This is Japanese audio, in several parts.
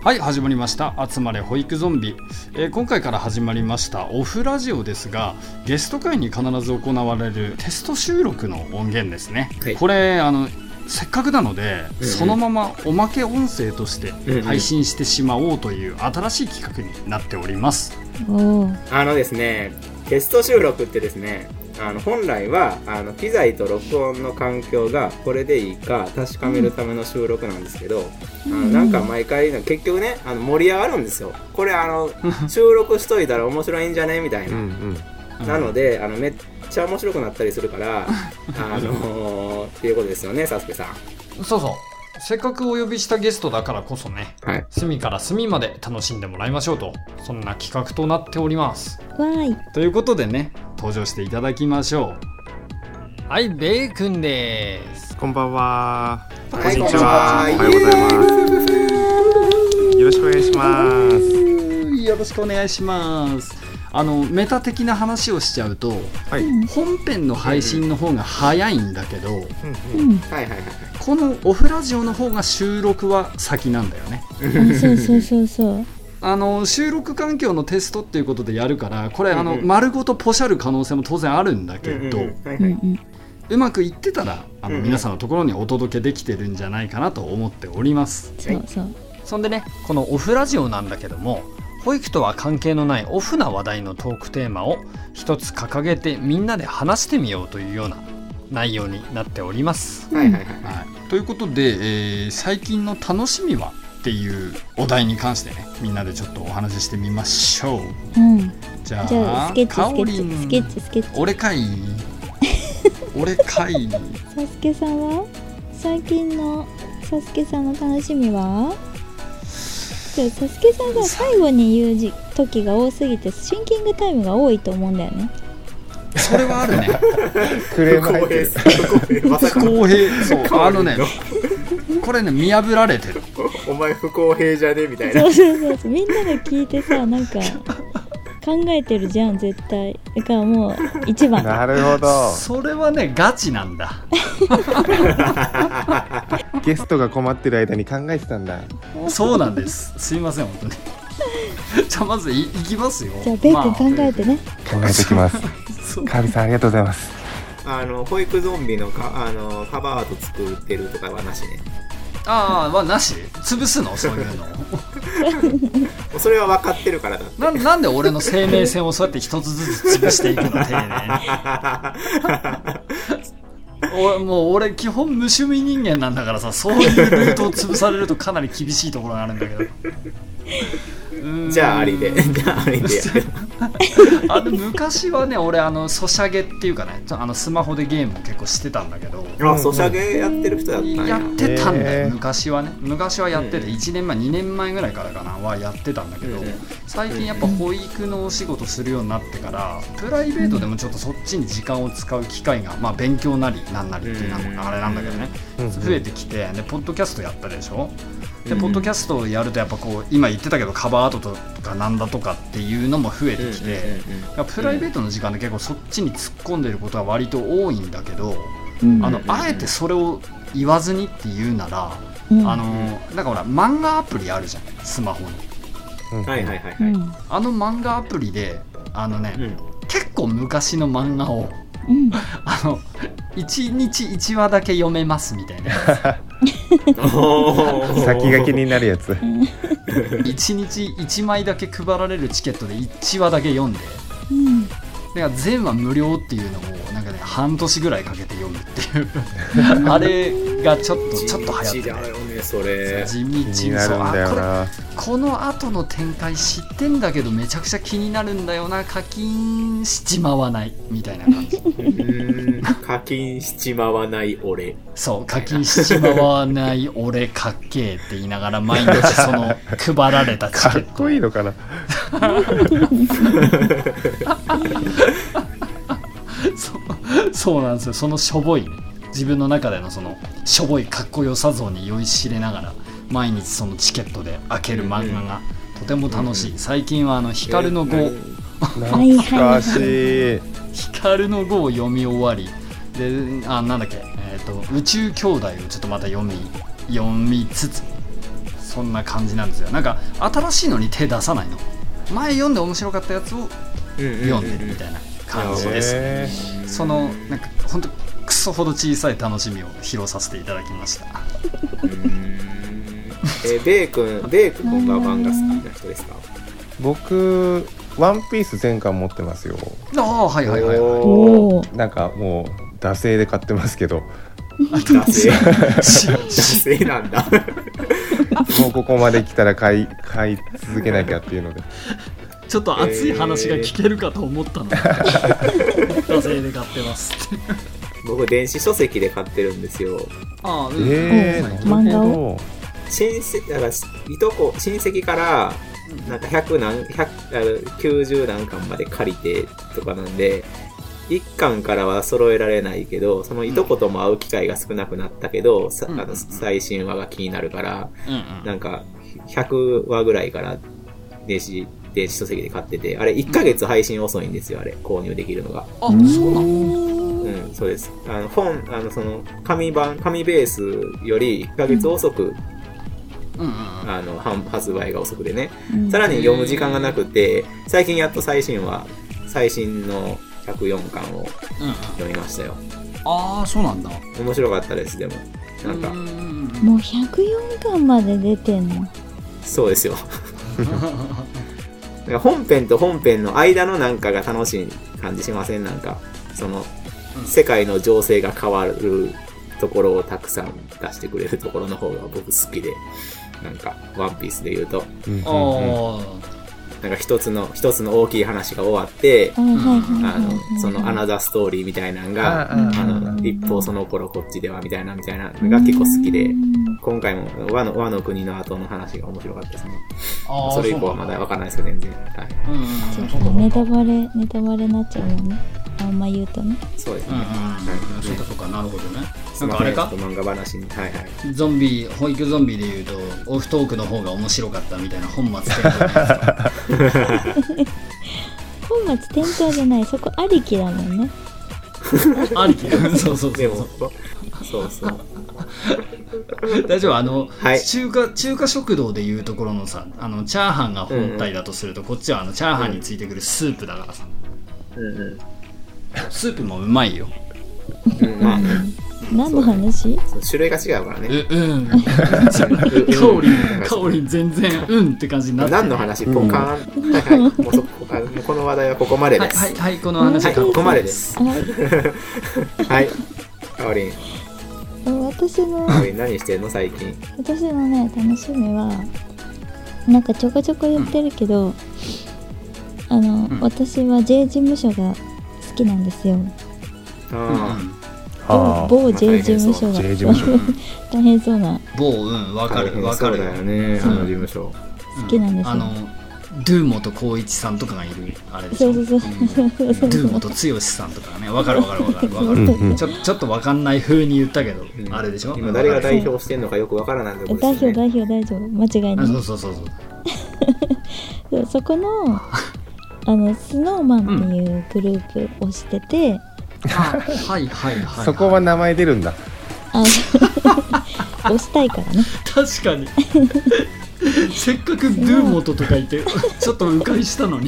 はい、始まりました集まれ保育ゾンビ、今回から始まりましたオフラジオですが、ゲスト会に必ず行われるテスト収録の音源ですね、はい、これせっかくなので、そのままおまけ音声として配信してしまおうという新しい企画になっております。 ですね、テスト収録ってですね、本来は機材と録音の環境がこれでいいか確かめるための収録なんですけど、なんか毎回結局ね盛り上がるんですよ。これ収録しといたら面白いんじゃねみたいな、なのでめっちゃ面白くなったりするからっていうことですよね、サスケさん。 そうそう、せっかくお呼びしたゲストだからこそね、はい、隅から隅まで楽しんでもらいましょうと、そんな企画となっております。ということでね、登場していただきましょう。はい、ベイくんです。 こんばんは。 こんにちは。 おはようございます。よろしくお願いします。 よろしくお願いします。メタ的な話をしちゃうと、はい、本編の配信の方が早いんだけど、このオフラジオの方が収録は先なんだよね。 そう収録環境のテストっていうことでやるから、これ丸ごとポシャる可能性も当然あるんだけど、うまくいってたら皆さんのところにお届けできてるんじゃないかなと思っております。そんでね、このオフラジオなんだけども、保育とは関係のないオフな話題のトークテーマを一つ掲げてみんなで話してみようというような内容になっております。ということで、最近の楽しみはっていうお題に関してね、みんなでちょっとお話ししてみましょう。じゃあかおりん、俺かいサスケさんは最近のサスケさんの楽しみは？サスケさんが最後に言う時が多すぎてシンキングタイムが多いと思うんだよね。 それはあるね。 クレーム入ってる。 不公平。そう、これね見破られてる。 お前不公平じゃねみたいな。 そうみんなが聞いてさ、なんか考えてるじゃん絶対。だからもう1番。 なるほど。 それはねガチなんだ。 ゲストが困ってる間に考えてたんだ。 そうなんです。すいません本当に。じゃあまずいきますよ。 じゃあベイ君考えてね。 考えてきます。カービさんありがとうございます。 保育ゾンビのカバーアート作ってるとかはなしね。 はなし？潰すの？そういうのそれは分かってるからだって。 なんで俺の生命線をそうやって一つずつ潰していくの？丁寧に。もう俺基本無趣味人間なんだからさ、そういうルートを潰されるとかなり厳しいところがあるんだけど。 じゃあありで昔はね、俺ソシャゲっていうかね、スマホでゲーム結構してたんだけど、 ソシャゲやってる人だったんや。 やってたんだよ、昔はやってて、1年前2年前ぐらいからかなはやってたんだけど、最近やっぱ保育のお仕事するようになってから、プライベートでもちょっとそっちに時間を使う機会が、勉強なりなんなりっていうのはあれなんだけどね、増えてきて、でポッドキャストやったでしょ。でポッドキャストをやるとやっぱこう今言ってたけどカバーアートとかなんだとかっていうのも増えてきて、プライベートの時間で結構そっちに突っ込んでることは割と多いんだけど、あえてそれを言わずにって言うなら、なんかほら漫画アプリあるじゃん、スマホに。漫画アプリで結構昔の漫画を1日1話だけ読めますみたいなやつ。先が気になるやつ。 1日1枚だけ配られるチケットで1話だけ読んで、だから全話無料っていうのをなんかね半年ぐらいかけて読むっていうあれがちょっと流行ってて、 それ地道になるんだよな。この後の展開知ってんだけどめちゃくちゃ気になるんだよな、課金しちまわないみたいな感じ。 課金しちまわない俺。 そう課金しちまわない俺かっけーって言いながら毎日その配られたチケット。 かっこいいのかな。 そうなんですよ。そのしょぼいね、自分の中でのそのしょぼいかっこよさ像に酔いしれながら毎日そのチケットで開ける漫画がとても楽しい。最近は光の碁、 懐かしい光の碁を読み終わりで、なんだっけ、宇宙兄弟をちょっとまた読みつつ、 そんな感じなんですよ。なんか新しいのに手出さないの、前読んで面白かったやつを読んでるみたいな感じですね。そのなんか本当クソほど小さい楽しみを披露させていただきました。 ベイ君は漫画好きな人ですか？ 僕ワンピース全巻持ってますよ。 ああはいはいはいはい。 おーなんかもう惰性で買ってますけど惰性なんだもうここまで来たら買い続けなきゃっていうのでちょっと熱い話が聞けるかと思ったので、惰性で買ってますって僕電子書籍で買ってるんですよ。 ああ、 漫画を親戚からなんか90何巻まで借りてとかなんで、1巻からは揃えられないけど、そのいとことも会う機会が少なくなったけど、最新話が気になるから、なんか100話ぐらいから電子書籍で買ってて、あれ1ヶ月配信遅いんですよ、あれ購入できるのが。 あ、そうなの？ そうです。その紙ベースより1ヶ月遅く、発売が遅くでね、さらに読む時間がなくて、最近やっと最新の104巻を読みましたよ。 ああ、そうなんだ。 面白かったです。でもなんかもう104巻まで出てんの？ そうですよ本編と本編の間のなんかが楽しい感じしません？なんかその世界の情勢が変わるところをたくさん出してくれるところの方が僕好きで、なんかワンピースで言うと、なんか一つの大きい話が終わって、そのアナザーストーリーみたいなのが一方その頃こっちではみたいなのが結構好きで、今回も和の国の後の話が面白かったですね。それ以降はまだ分からないですけど全然。 ちょっとネタバレになっちゃうもんね。あんま言うとね。 そうですね。 そうかなるほどね。 なんかあれか漫画話に、 保育ゾンビで言うとオフトークの方が面白かったみたいな本末転倒のやつか本末転倒じゃない、そこありきだもんね。 ありきそうでもそう大丈夫。中華食堂でいうところのさ、チャーハンが本体だとすると、こっちはチャーハンについてくるスープだからさ、スープもうまいよ。 何の話？ 種類が違うからね。 カオリン全然って感じになって。 何の話？ポカーン。もうこの話題はここまでです。 はい、この話はここまでです。はい、カオリン。 私の何してんの最近？ 私のね楽しみはなんかちょこちょこ言ってるけど、私は J 事務所が好きなんですよ。某 J 事務所が大変そうなわかるそうだよね、あの事務所好きなんですよ。 ドゥ本浩一さんとかがいるあれでしょ。ドゥ本剛さんとかね、わかるちょっとわかんない風に言ったけど、あれでしょ。 今誰が代表してんのかよくわからないところですね。 代表大丈夫、間違いない。そうそこのスノーマンっていうグループをしてて、 そこは名前出るんだ。 押したいからね。 確かにせっかくドゥモトとかいてちょっと迂回したのに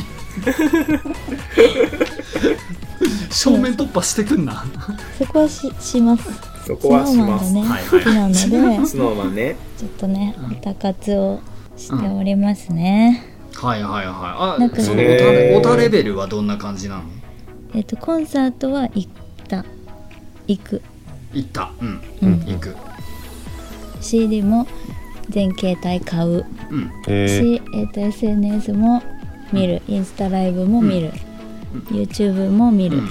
正面突破してくんな。 そこはします。 そこはします。 スノーマンがね、好きなのでスノーマンね、 ちょっとねオタ活をしておりますね。 なんかそのオタレベルはどんな感じなの？ コンサートは行く、行く。CD も全携帯買う、し、SNS も見る、インスタライブも見る、YouTube も見る、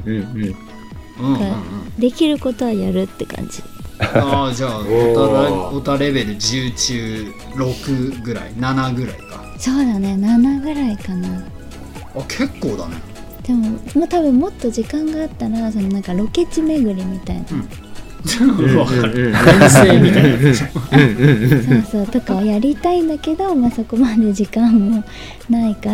できることはやるって感じ。 じゃあオタレベル10中6ぐらい、7ぐらいか。 そうだね、7ぐらいかな。 結構だね。 でも多分もっと時間があったらそのなんかロケ地巡りみたいな、 わかる、遠征みたいなそうとかをやりたいんだけど、そこまで時間もないから、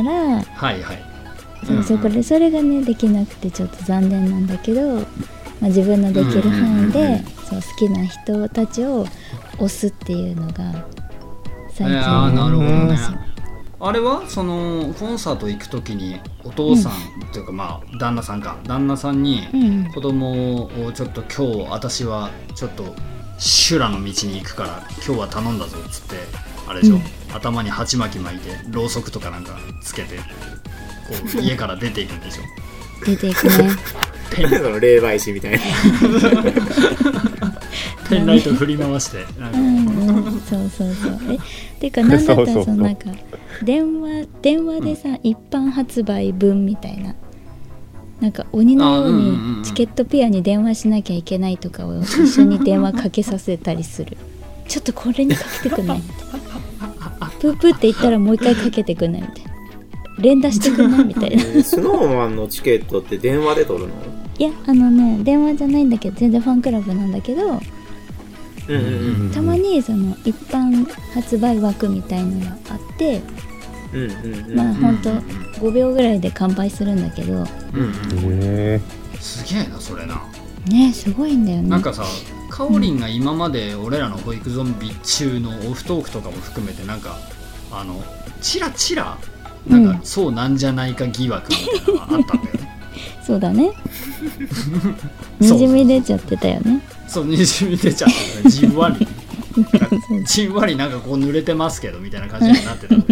それがねできなくてちょっと残念なんだけど、自分のできる範囲で好きな人たちを推すっていうのが最近。 なるほどね。あれはそのコンサート行くときにお父さんというか、まあ旦那さんに子供をちょっと今日私はちょっと修羅の道に行くから今日は頼んだぞっつってあれでしょ、頭に鉢巻き巻いてろうそくとかなんかつけてこう家から出ていくんでしょ。 出ていくね。 その霊媒師みたいなペンライト振り回してそうてかなんだったらそのなんか電話でさ、一般発売分みたいな、なんか鬼のようにチケットピアに電話しなきゃいけないとかを一緒に電話かけさせたりする。ちょっとこれにかけてくんないみたいな。プープーって言ったらもう一回かけてくんないみたいな。連打してくんないみたいな。 スノーマンのチケットって電話で取るの？ いや電話じゃないんだけど、全然ファンクラブなんだけど、たまにその一般発売枠みたいのがあって、まあほんと5秒ぐらいで完売するんだけど、 すげえなそれな。 ね、すごいんだよね。 なんかさ、かおりんが今まで俺らの保育ゾンビ中のオフトークとかも含めてなんかチラチラなんかそうなんじゃないか疑惑みたいなのがあったんだよね。 そうだね。にじみ出ちゃってたよね。 そうにじみ出ちゃってた、じんわりじんわりなんかこう濡れてますけどみたいな感じになってた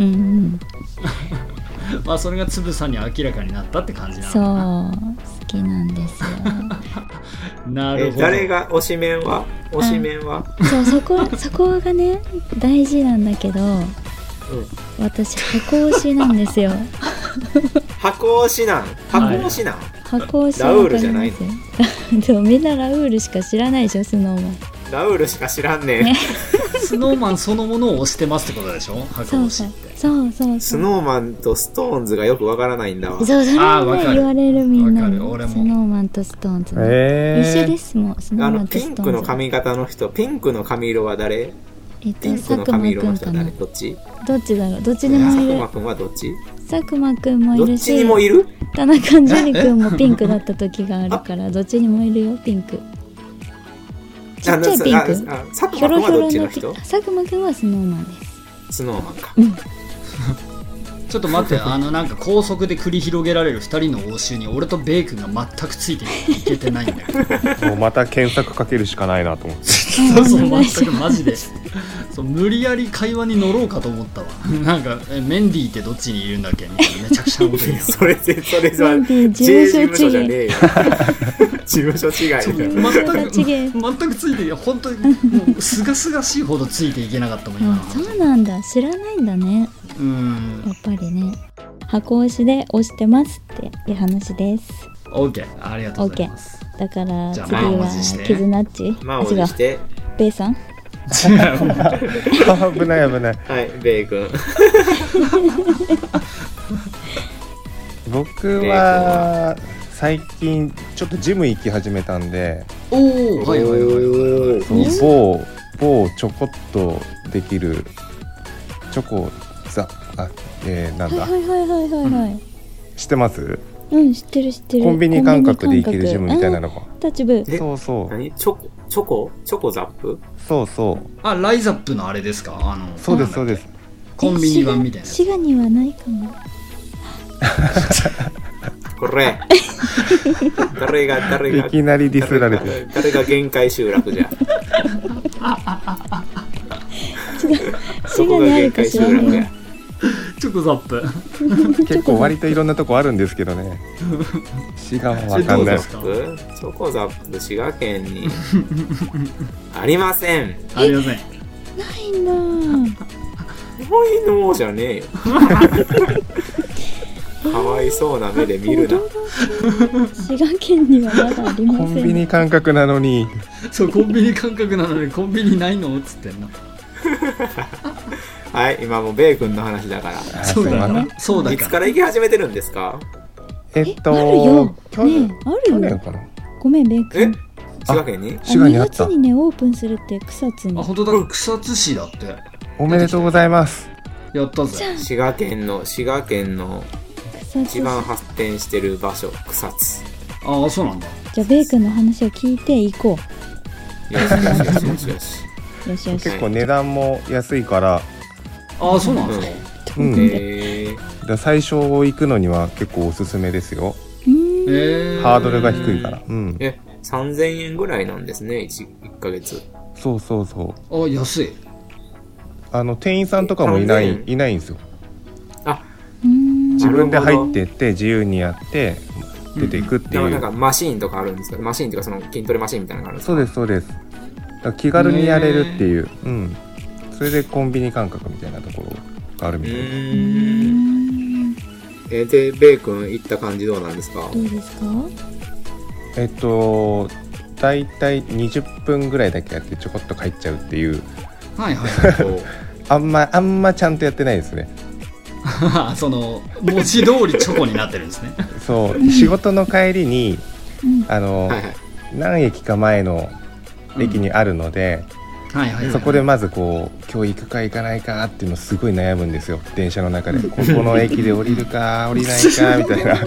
まあそれがつぶさに明らかになったって感じなのかな。 そう好きなんですよ。 なるほど。 誰が推しメンはそうそこがね大事なんだけど、私箱推しなんですよ。 箱推しなん？箱推しなん？ 箱推しラウールじゃないの？でもみんなラウールしか知らないでしょ、スノーマン。 ラウールしか知らんねん。 スノーマンそのものを推してますってことでしょ、箱推しって。 そうスノーマンとストーンズがよくわからないんだわ。 そうそれはね言われるみんなに。 俺もスノーマンとストーンズ、一緒ですもん。スノーマンとストーンズ。 ピンクの髪型の人、ピンクの髪色は誰？ピンクの髪色の人は誰？どっちだろう。どっちにもいる。佐久間くんはどっち？佐久間くんもいるし、どっちにもいる？田中樹くんもピンクだった時があるからどっちにもいるよ、ピンク。ちっちゃいピンク。佐久間くんはどっちの人？佐久間くんはスノーマンです。スノーマンか。 ちょっと待って、なんか高速で繰り広げられる2人の応酬に俺とベイ君が全くついていけてないんだけど。 もうまた検索かけるしかないなと思って。 そう全くマジでそう無理やり会話に乗ろうかと思ったわ。なんかメンディーってどっちにいるんだっけみたいなめちゃくちゃなこと言う。それは J 事務所じゃねえよ。事務所違い。全くついて本当にもうすがすがしいほどついていけなかったもん今。 そうなんだ、知らないんだね。やっぱりね、箱推しで推してますっていう話です。 OK、 ありがとうございます。 だから次はキズナッチ。 まあおじしてベイさん。 危ない。 はい、ベイ君。 僕は最近ちょっとジム行き始めたんで、某ちょこっとできるチョコなんだ、知ってます？ 知ってる。 コンビニ感覚で行けるジムみたいなのが。 タッチブ。 そう。 何？チョコザップ？そう。 ライザップのあれですか？ そうです。 コンビニ版みたいな。 滋賀にはないかも。 これ誰がいきなりディスられてる。 誰が限界集落じゃ。 滋賀にあるか知らないよ。 チョコザップ結構割といろんなとこあるんですけどね。滋賀は分かんない。 チョコザップ滋賀県にありません。 ないんだ。 ないのじゃねえよ。かわいそうな目で見るな。 滋賀県にはまだありません。 コンビニ感覚なのに。 そう、コンビニ感覚なのにコンビニないのっつってんの。 はい、今もうベイ君の話だから。 そうだね。 いつから行き始めてるんですか？ あるよ。去年かな。 ごめんベイ君。 滋賀県に 2月にねオープンするって。草津に。 本当だ、草津市だって。 おめでとうございます。 やったぜ。 滋賀県の一番発展してる場所、草津。 ああ、そうなんだ。 じゃあベイ君の話を聞いて行こう。 よし。 結構値段も安いからああそうなんですか、 うん、だ最初行くのには結構おすすめですよ。ハードルが低いから、うん、 3000円ぐらいなんですね 1ヶ月。 そうそうそう。 あ安い。 店員さんとかもいないんですよ。あ、自分で入ってって自由にやって出ていくっていう、 なんかマシーンとかあるんですか？マシーンっていうかその筋トレマシーンみたいなのがあるんですか？ そうですそうです。だから気軽にやれるっていう、うん、それでコンビニ感覚みたいなところがあるみたいです。でベイ君行った感じどうなんですか？ どうですか？ だいたい20分ぐらいだけやってちょこっと帰っちゃうっていう。 はいはいあんまちゃんとやってないですね。 その文字通りチョコになってるんですね。 そう仕事の帰りに何駅か前の駅にあるので、そこでまずこう今日行くか行かないかっていうのすごい悩むんですよ。電車の中でここの駅で降りるか降りないかみたい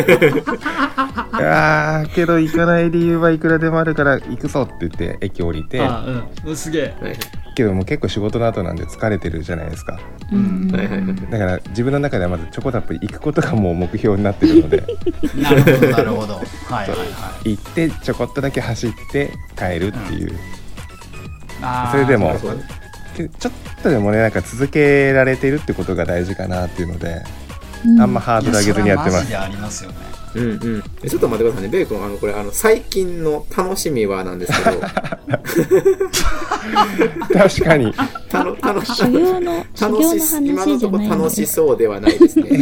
な。けど行かない理由はいくらでもあるから行くぞって言って駅降りて、 すげえ。 けどもう結構仕事の後なんで疲れてるじゃないですか。だから自分の中ではまずチョコタップ行くことがもう目標になってるのでなるほどなるほど、はいはいはい、 行ってちょこっとだけ走って帰るっていう、それでもちょっとでもねなんか続けられてるってことが大事かなっていうので、あんまハードル上げずにやってます。 マジでありますよね。 ちょっと待ってくださいね、ベイ君これ最近の楽しみはなんですけど確かに修行の話今のところ楽しそうではないですね。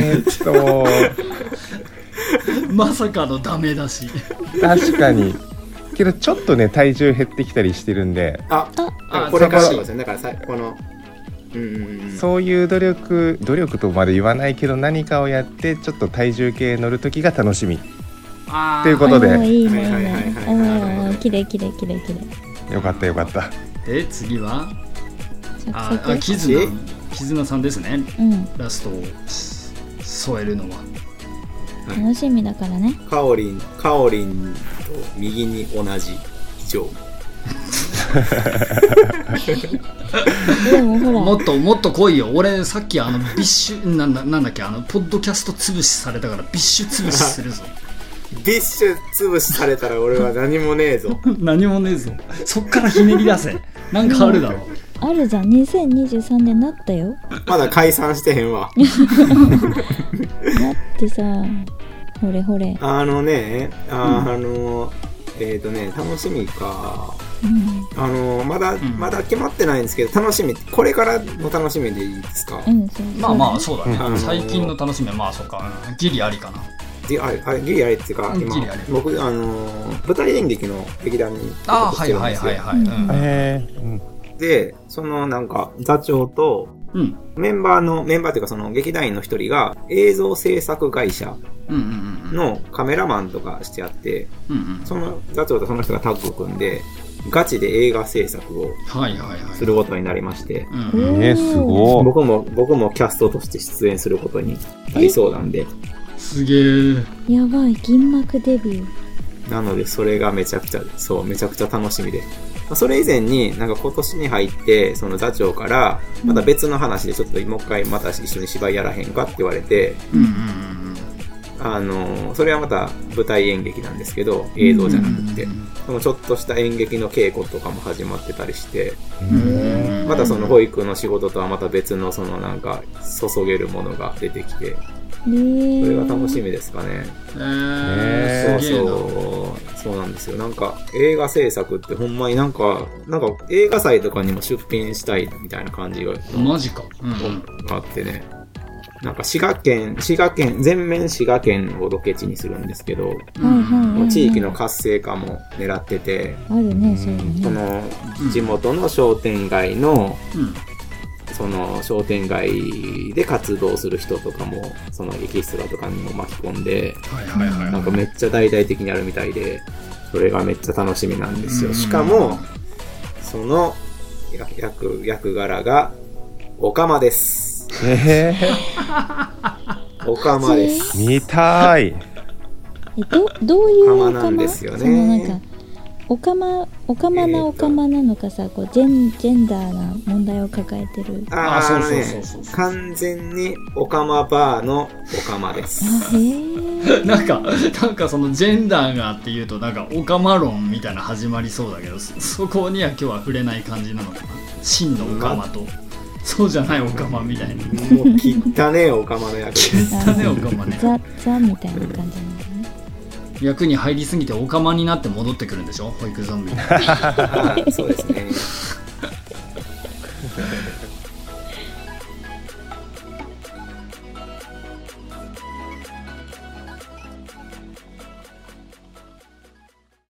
まさかのダメだし。 確かにけどちょっとね体重減ってきたりしてるんで、 これからですよね。だからこのそういう努力とまで言わないけど何かをやってちょっと体重計乗る時が楽しみっていうことで、 いいねきれいよかったで次は絆さんですね、ラストを添えるのは楽しみだからね。 カオリンと右に同じ以上でもほらもっと来いよ。俺さっきビッシュなんだっけポッドキャスト潰しされたからビッシュ潰しするぞ。 ビッシュ潰しされたら俺は何もねえぞ何もねえぞ。そっからひねり出せ。なんかあるだろ。 あるじゃん。2023年なったよ。 まだ解散してへんわだってさほれ楽しみか、まだ決まってないんですけど、楽しみこれからの楽しみでいいですか？ まあそうだね、最近の楽しみはまあそうか、ギリありかな。ギリありっていうか、今僕舞台演劇の劇団にはいはいはいはい、 でそのなんか座長とメンバーっていうかその劇団員の一人が映像制作会社のカメラマンとかしてあって、その座長とその人がタッグを組んでガチで映画制作をすることになりまして、 すごい。 僕もキャストとして出演することになりそうなんで、 すげえやばい、銀幕デビューなのでそれがめちゃくちゃ楽しみで、それ以前になんか今年に入ってその座長からまた別の話でちょっともう一回また一緒に芝居やらへんかって言われて、それはまた舞台演劇なんですけど映像じゃなくて、そのちょっとした演劇の稽古とかも始まってたりして、またその保育の仕事とはまた別のそのなんか注げるものが出てきて、それが楽しみですかね。そうなんですよ。なんか映画制作ってほんまになんか映画祭とかにも出品したいみたいな感じがマジか、 あってね、なんか滋賀県全面滋賀県をロケ地にするんですけど、地域の活性化も狙ってて、 あるね、そうね。 その地元の商店街の、その商店街で活動する人とかもそのエキストラとかにも巻き込んで、なんかめっちゃ大々的にやるみたいで、それがめっちゃ楽しみなんですよ。しかもその役柄がオカマです。オカマです。 見たい。 どういうオカマなんですよね。 そのなんかおかまなのかさ、こうジェンダーな問題を抱えてる。 そう完全におかまバーのおかまです。 なんかそのジェンダーがっていうとなんかおかま論みたいな始まりそうだけど、そこには今日は触れない感じなのかな。真のおかまと、そうじゃないおかまみたいな。 もう汚ねえおかまの役です。 汚ねえおかまね。 ザみたいな感じなんだね。 役に入りすぎてオカマになって戻ってくるんでしょ、保育ゾンビ。 そうですね。